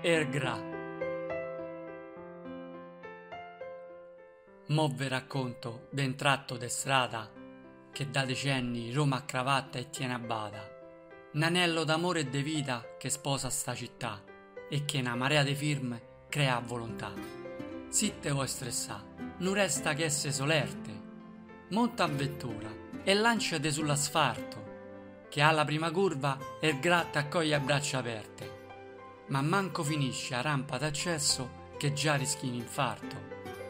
Ergra. Mo' ve racconto d'un tratto de strada che da decenni Roma cravatta e tiene a bada. Un anello d'amore e de vita che sposa sta città e che una marea de firme crea a volontà. Sitte voi stressà, non resta che esse solerte. Monta a vettura e lanciate sull'asfalto, che alla prima curva Ergra t'accoglie a braccia aperte. Ma manco finisce a rampa d'accesso che già rischi un infarto.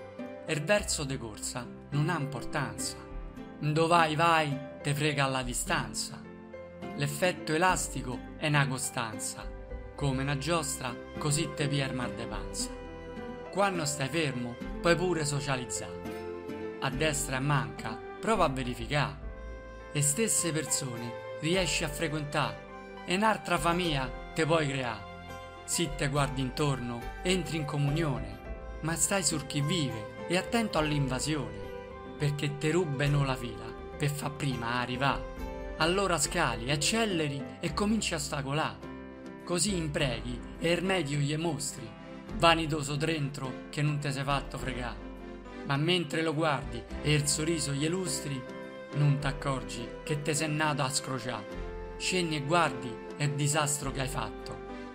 Il verso de corsa non ha importanza. Ndo vai, te frega alla distanza. L'effetto elastico è una costanza. Come una giostra, così te pia il mal de panza. Quando stai fermo, puoi pure socializzare. A destra e a manca, prova a verificare. E stesse persone riesci a frequentare e un'altra famiglia te puoi creare. Si te guardi intorno, entri in comunione, ma stai sur chi vive e attento all'invasione, perché te rubano la fila per fa prima a arrivare. Allora scali, acceleri e cominci a ostacolare. Così impreghi e il medio gli mostri, vanidoso dentro che non te sei fatto fregare. Ma mentre lo guardi e il sorriso gli illustri, non t'accorgi che te sei nato a scrociare. Scendi e guardi il disastro che hai fatto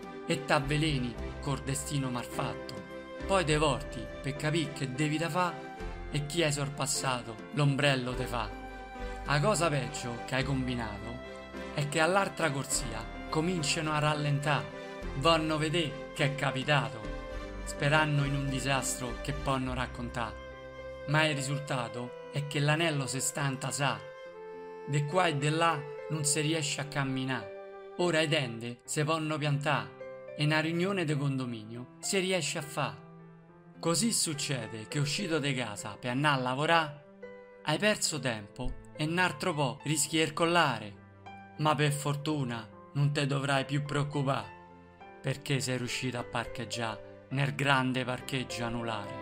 e t'avveleni col destino malfatto. Poi te volti per capire che devi da fa e chi hai sorpassato l'ombrello te fa. La cosa peggio che hai combinato è che all'altra corsia cominciano a rallentare, vanno vedere che è capitato, sperando in un disastro che possono raccontare. Ma il risultato è che l'anello se stanta sa, de qua e de là non si riesce a camminare. Ora i tende se possono piantare e una riunione de condominio si riesce a fare. Così succede che uscito de casa per andare a lavorare, hai perso tempo e un altro po' rischi di collare, ma per fortuna non te dovrai più preoccupare, perché sei riuscito a parcheggiare nel grande parcheggio anulare.